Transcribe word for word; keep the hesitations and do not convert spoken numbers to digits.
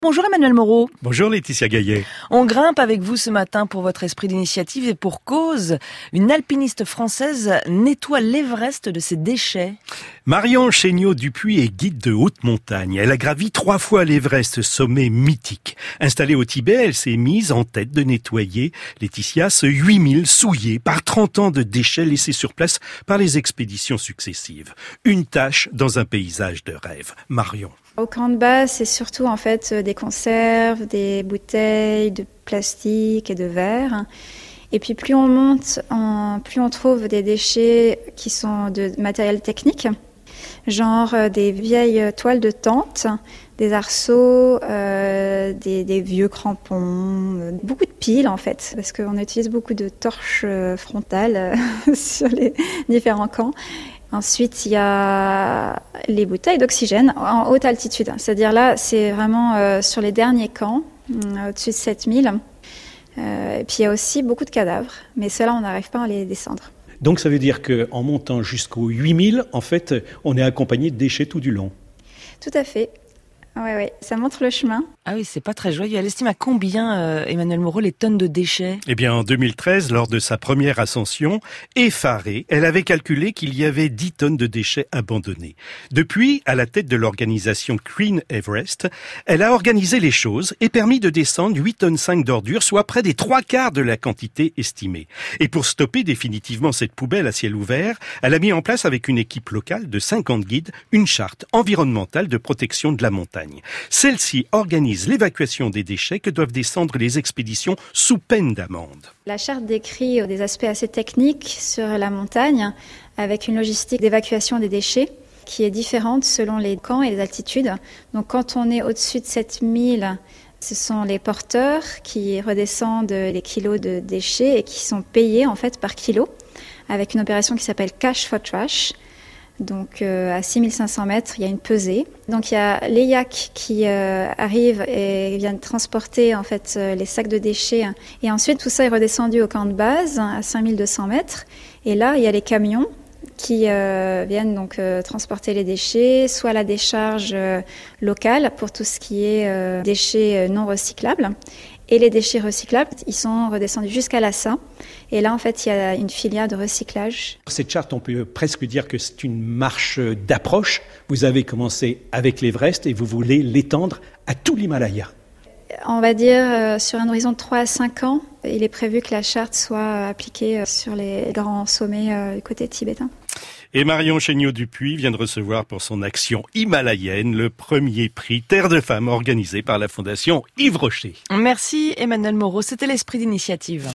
Bonjour Emmanuel Moreau. Bonjour Laetitia Gaillet. On grimpe avec vous ce matin pour votre esprit d'initiative et pour cause. Une alpiniste française nettoie l'Everest de ses déchets. Marion Chéniaud-Dupuis est guide de haute montagne. Elle a gravi trois fois l'Everest, sommet mythique. Installée au Tibet, elle s'est mise en tête de nettoyer, Laetitia, ce huit mille souillés par trente ans de déchets laissés sur place par les expéditions successives. Une tâche dans un paysage de rêve. Marion. Au camp de base, c'est surtout en fait des conserves, des bouteilles de plastique et de verre. Et puis plus on monte, en, plus on trouve des déchets qui sont de matériel technique, genre des vieilles toiles de tente, des arceaux, euh, des, des vieux crampons, beaucoup de piles en fait, parce qu'on utilise beaucoup de torches frontales sur les différents camps. Ensuite, il y a les bouteilles d'oxygène en haute altitude. C'est-à-dire là, c'est vraiment euh, sur les derniers camps, euh, au-dessus de sept mille. Euh, et puis il y a aussi beaucoup de cadavres, mais ceux-là, on n'arrive pas à les descendre. Donc ça veut dire qu'en montant jusqu'aux huit mille, en fait, on est accompagné de déchets tout du long. Tout à fait. Oui, oui, ça montre le chemin. Ah oui, c'est pas très joyeux. Elle estime à combien, euh, Emmanuel Moreau, les tonnes de déchets ? Eh bien, en deux mille treize, lors de sa première ascension, effarée, elle avait calculé qu'il y avait dix tonnes de déchets abandonnés. Depuis, à la tête de l'organisation Clean Everest, elle a organisé les choses et permis de descendre huit tonnes cinq d'ordures, soit près des trois quarts de la quantité estimée. Et pour stopper définitivement cette poubelle à ciel ouvert, elle a mis en place avec une équipe locale de cinquante guides une charte environnementale de protection de la montagne. Celle-ci organise l'évacuation des déchets que doivent descendre les expéditions sous peine d'amende. La charte décrit des aspects assez techniques sur la montagne avec une logistique d'évacuation des déchets qui est différente selon les camps et les altitudes. Donc quand on est au-dessus de sept mille, ce sont les porteurs qui redescendent les kilos de déchets et qui sont payés en fait par kilo avec une opération qui s'appelle Cash for Trash. Donc euh, à six mille cinq cents mètres, il y a une pesée. Donc il y a les yaks qui euh, arrivent et viennent transporter en fait euh, les sacs de déchets. Et ensuite tout ça est redescendu au camp de base à cinq mille deux cents mètres. Et là il y a les camions qui euh, viennent donc euh, transporter les déchets, soit la décharge euh, locale pour tout ce qui est euh, déchets non recyclables. Et les déchets recyclables, ils sont redescendus jusqu'à Lhasa. Et là, en fait, il y a une filière de recyclage. Cette charte, on peut presque dire que c'est une marche d'approche. Vous avez commencé avec l'Everest et vous voulez l'étendre à tout l'Himalaya. On va dire euh, sur un horizon de trois à cinq ans, il est prévu que la charte soit appliquée sur les grands sommets euh, du côté tibétain. Et Marion Chéniaud-Dupuis vient de recevoir pour son action himalayenne le premier prix Terre de Femmes organisé par la Fondation Yves Rocher. Merci Emmanuel Moreau, c'était l'esprit d'initiative.